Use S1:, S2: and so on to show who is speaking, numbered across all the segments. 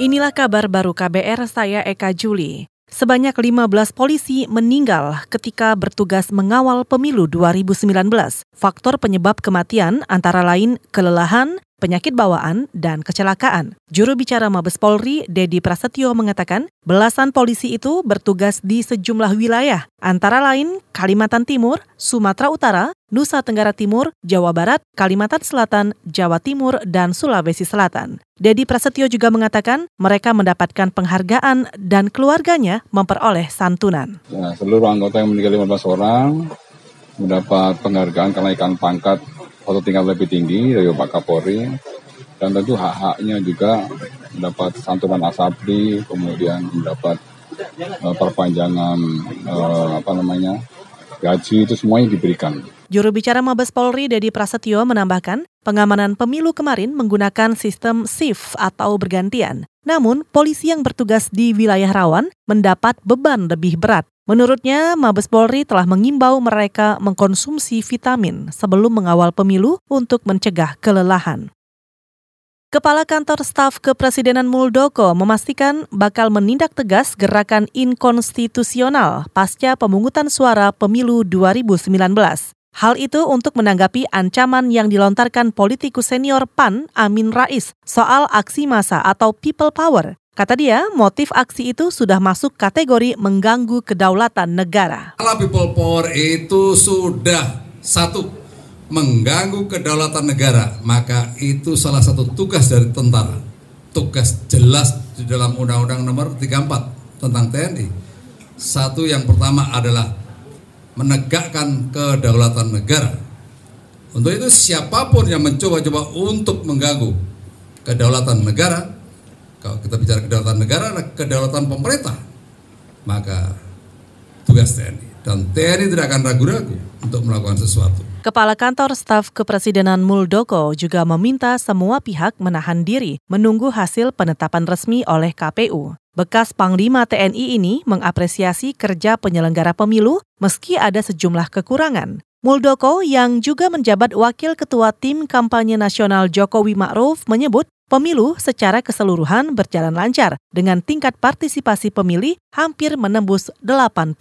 S1: Inilah kabar baru KBR, saya Eka Juli. Sebanyak 15 polisi meninggal ketika bertugas mengawal pemilu 2019. Faktor penyebab kematian antara lain kelelahan, penyakit bawaan, dan kecelakaan. Juru bicara Mabes Polri, Dedi Prasetyo mengatakan, belasan polisi itu bertugas di sejumlah wilayah, antara lain Kalimantan Timur, Sumatera Utara, Nusa Tenggara Timur, Jawa Barat, Kalimantan Selatan, Jawa Timur, dan Sulawesi Selatan. Dedi Prasetyo juga mengatakan mereka mendapatkan penghargaan dan keluarganya memperoleh santunan.
S2: Ya, seluruh anggota yang meninggal 15 orang mendapat penghargaan kenaikan pangkat atau tingkat lebih tinggi dari Pak Kapolri, dan tentu hak-haknya juga mendapat santunan asabri, kemudian mendapat perpanjangan gaji, itu semuanya diberikan.
S1: Juru bicara Mabes Polri Dedi Prasetyo menambahkan, pengamanan pemilu kemarin menggunakan sistem shift atau bergantian. Namun, polisi yang bertugas di wilayah rawan mendapat beban lebih berat. Menurutnya, Mabes Polri telah mengimbau mereka mengkonsumsi vitamin sebelum mengawal pemilu untuk mencegah kelelahan. Kepala Kantor Staf Kepresidenan Muldoko memastikan bakal menindak tegas gerakan inkonstitusional pasca pemungutan suara pemilu 2019. Hal itu untuk menanggapi ancaman yang dilontarkan politikus senior PAN Amin Rais soal aksi massa atau people power. Kata dia, motif aksi itu sudah masuk kategori mengganggu kedaulatan negara.
S3: Kalau people power itu sudah mengganggu kedaulatan negara, maka itu salah satu tugas dari tentara. Tugas jelas di dalam Undang-Undang Nomor 34 tentang TNI. Satu yang pertama adalah menegakkan kedaulatan negara. Untuk itu siapapun yang mencoba-coba untuk mengganggu kedaulatan negara, kalau kita bicara kedaulatan negara adalah kedaulatan pemerintah, maka tugas TNI. Dan TNI tidak akan ragu-ragu untuk melakukan sesuatu.
S1: Kepala Kantor Staf Kepresidenan Muldoko juga meminta semua pihak menahan diri menunggu hasil penetapan resmi oleh KPU. Bekas Panglima TNI ini mengapresiasi kerja penyelenggara pemilu meski ada sejumlah kekurangan. Muldoko yang juga menjabat Wakil Ketua Tim Kampanye Nasional Jokowi Ma'ruf menyebut pemilu secara keseluruhan berjalan lancar dengan tingkat partisipasi pemilih hampir menembus 81%.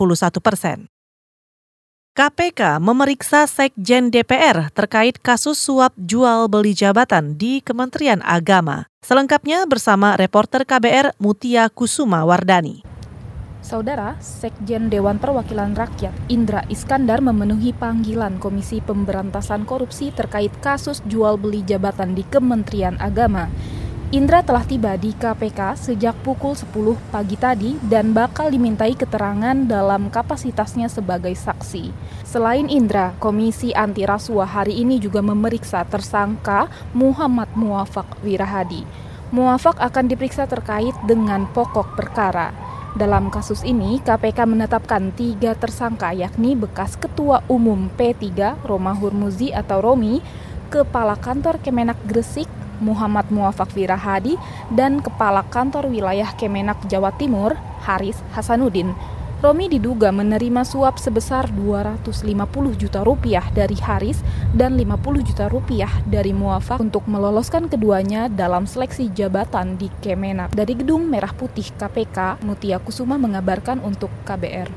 S1: KPK memeriksa Sekjen DPR terkait kasus suap jual beli jabatan di Kementerian Agama. Selengkapnya bersama reporter KBR Mutia Kusuma Wardani.
S4: Saudara, Sekjen Dewan Perwakilan Rakyat Indra Iskandar memenuhi panggilan Komisi Pemberantasan Korupsi terkait kasus jual beli jabatan di Kementerian Agama. Indra telah tiba di KPK sejak pukul 10 pagi tadi dan bakal dimintai keterangan dalam kapasitasnya sebagai saksi. Selain Indra, Komisi Anti Rasuah hari ini juga memeriksa tersangka Muhammad Muafak Wirahadi. Muafak akan diperiksa terkait dengan pokok perkara. Dalam kasus ini, KPK menetapkan 3 tersangka yakni bekas Ketua Umum P3 Roma Hurmuzi atau Romi, Kepala Kantor Kemenak Gresik Muhammad Muafak Wirahadi, dan Kepala Kantor Wilayah Kemenak Jawa Timur Haris Hasanuddin. Romi diduga menerima suap sebesar 250 juta rupiah dari Haris dan 50 juta rupiah dari Muafak untuk meloloskan keduanya dalam seleksi jabatan di Kemenak. Dari Gedung Merah Putih KPK, Mutia Kusuma mengabarkan untuk KBR.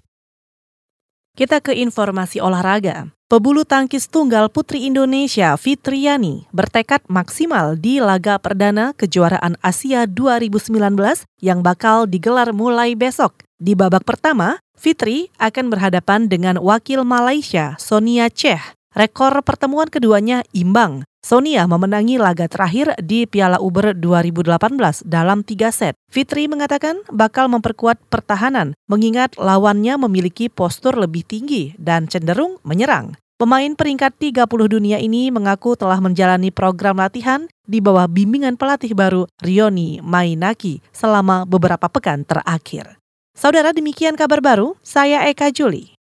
S1: Kita ke informasi olahraga. Pebulu tangkis tunggal putri Indonesia Fitriani bertekad maksimal di laga perdana kejuaraan Asia 2019 yang bakal digelar mulai besok. Di babak pertama, Fitri akan berhadapan dengan wakil Malaysia Sonia Cheh. Rekor pertemuan keduanya imbang. Sonia memenangi laga terakhir di Piala Uber 2018 dalam 3 set. Fitri mengatakan bakal memperkuat pertahanan, mengingat lawannya memiliki postur lebih tinggi dan cenderung menyerang. Pemain peringkat 30 dunia ini mengaku telah menjalani program latihan di bawah bimbingan pelatih baru Rioni Mainaki selama beberapa pekan terakhir. Saudara, demikian kabar baru, saya Eka Juli.